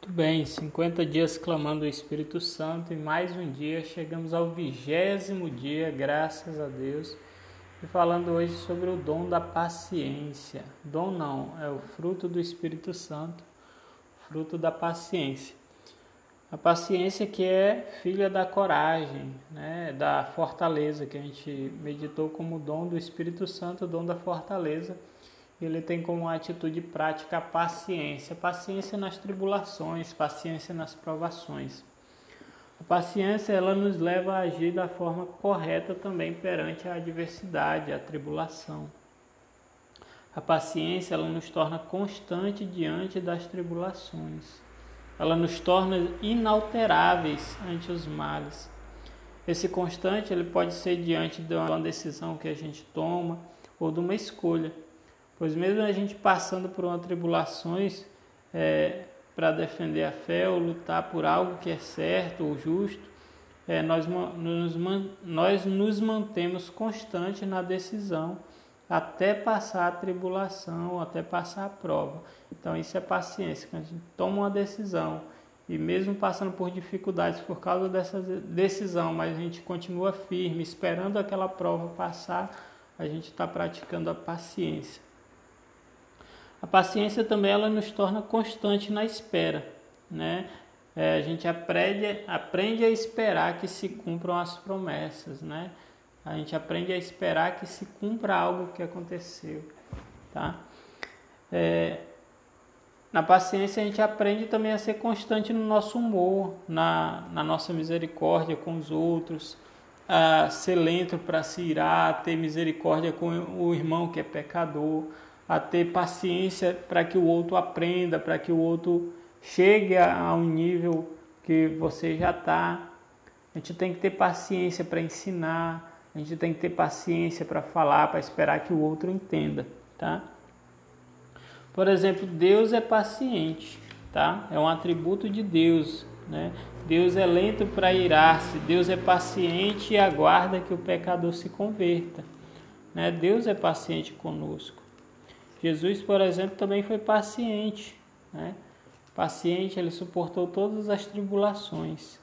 Muito bem, 50 dias clamando o Espírito Santo e mais um dia, chegamos ao 20º dia, graças a Deus, e falando hoje sobre o dom da paciência. Dom não, é o fruto do Espírito Santo, fruto da paciência. A paciência que é filha da coragem, né, da fortaleza, que a gente meditou como dom do Espírito Santo, o dom da fortaleza. Ele tem como atitude prática a paciência. Paciência nas tribulações, paciência nas provações. A paciência ela nos leva a agir da forma correta também perante a adversidade, a tribulação. A paciência ela nos torna constante diante das tribulações. Ela nos torna inalteráveis ante os males. Esse constante ele pode ser diante de uma decisão que a gente toma ou de uma escolha. Pois mesmo a gente passando por uma tribulações para defender a fé ou lutar por algo que é certo ou justo, nós nos mantemos constantes na decisão até passar a tribulação, até passar a prova. Então isso é paciência, quando a gente toma uma decisão e mesmo passando por dificuldades por causa dessa decisão, mas a gente continua firme, esperando aquela prova passar, a gente está praticando a paciência. A paciência também ela nos torna constante na espera, né? A gente aprende a esperar que se cumpram as promessas, né? A gente aprende a esperar que se cumpra algo que aconteceu, tá? Na paciência a gente aprende também a ser constante no nosso humor, na nossa misericórdia com os outros, a ser lento para se irar, a ter misericórdia com o irmão que é pecador, a ter paciência para que o outro aprenda, para que o outro chegue a um nível que você já está. A gente tem que ter paciência para ensinar, a gente tem que ter paciência para falar, para esperar que o outro entenda, tá? Por exemplo, Deus é paciente, tá? É um atributo de Deus, né? Deus é lento para irar-se, Deus é paciente e aguarda que o pecador se converta, né? Deus é paciente conosco. Jesus, por exemplo, também foi paciente, né? Paciente, ele suportou todas as tribulações.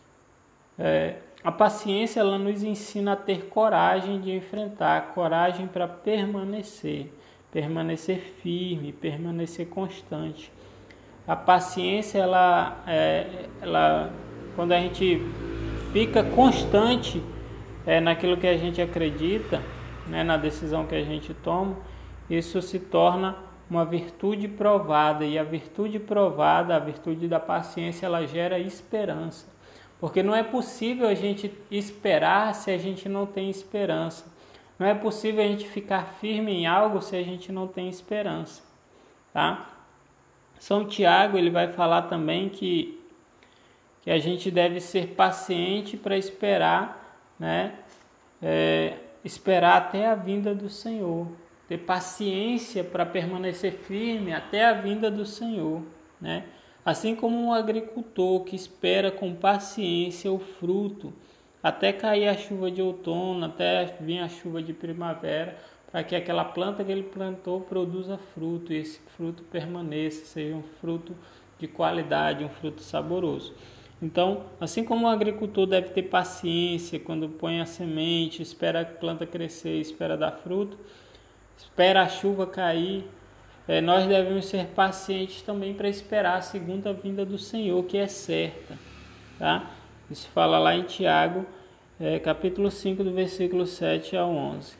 A paciência, ela nos ensina a ter coragem de enfrentar, coragem para permanecer firme, permanecer constante. A paciência, ela quando a gente fica constante naquilo que a gente acredita, né, na decisão que a gente toma, isso se torna uma virtude provada, e a virtude provada, a virtude da paciência, ela gera esperança, porque não é possível a gente esperar se a gente não tem esperança, não é possível a gente ficar firme em algo se a gente não tem esperança, tá? São Tiago, ele vai falar também que a gente deve ser paciente para esperar, né? Esperar até a vinda do Senhor. Ter paciência para permanecer firme até a vinda do Senhor, né? Assim como um agricultor que espera com paciência o fruto até cair a chuva de outono, até vir a chuva de primavera, para que aquela planta que ele plantou produza fruto e esse fruto permaneça, seja um fruto de qualidade, um fruto saboroso. Então, assim como o agricultor deve ter paciência quando põe a semente, espera a planta crescer, espera dar fruto, espera a chuva cair, nós devemos ser pacientes também para esperar a segunda vinda do Senhor, que é certa, tá? Isso fala lá em Tiago, capítulo 5, do versículo 7 ao 11.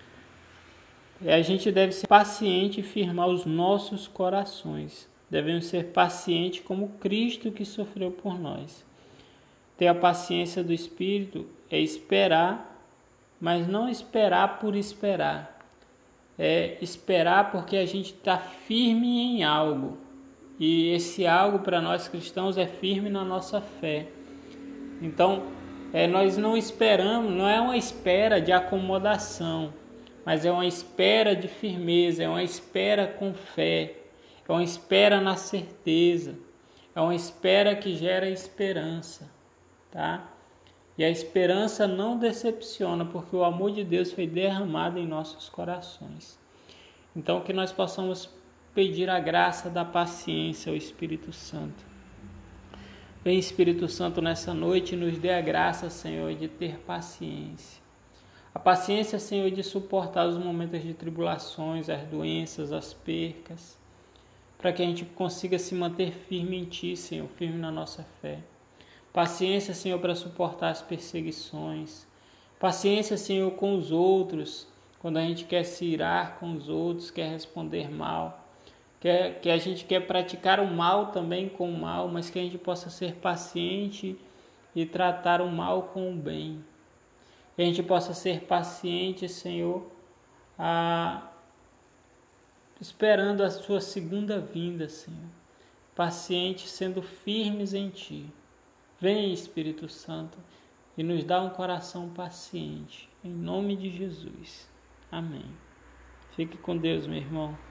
A gente deve ser paciente e firmar os nossos corações. Devemos ser pacientes como Cristo que sofreu por nós. Ter a paciência do Espírito é esperar, mas não esperar por esperar. É esperar porque a gente está firme em algo. E esse algo para nós cristãos é firme na nossa fé. Então, nós não esperamos, não é uma espera de acomodação, mas é uma espera de firmeza, é uma espera com fé, é uma espera na certeza, é uma espera que gera esperança, tá? E a esperança não decepciona, porque o amor de Deus foi derramado em nossos corações. Então, que nós possamos pedir a graça da paciência ao Espírito Santo. Vem, Espírito Santo, nessa noite e nos dê a graça, Senhor, de ter paciência. A paciência, Senhor, de suportar os momentos de tribulações, as doenças, as percas, para que a gente consiga se manter firme em Ti, Senhor, firme na nossa fé. Paciência, Senhor, para suportar as perseguições. Paciência, Senhor, com os outros, quando a gente quer se irar com os outros, quer responder mal, que a gente quer praticar o mal também com o mal, mas que a gente possa ser paciente e tratar o mal com o bem. Que a gente possa ser paciente, Senhor, esperando a Sua segunda vinda, Senhor. Paciente, sendo firmes em Ti. Vem, Espírito Santo, e nos dá um coração paciente. Em nome de Jesus. Amém. Fique com Deus, meu irmão.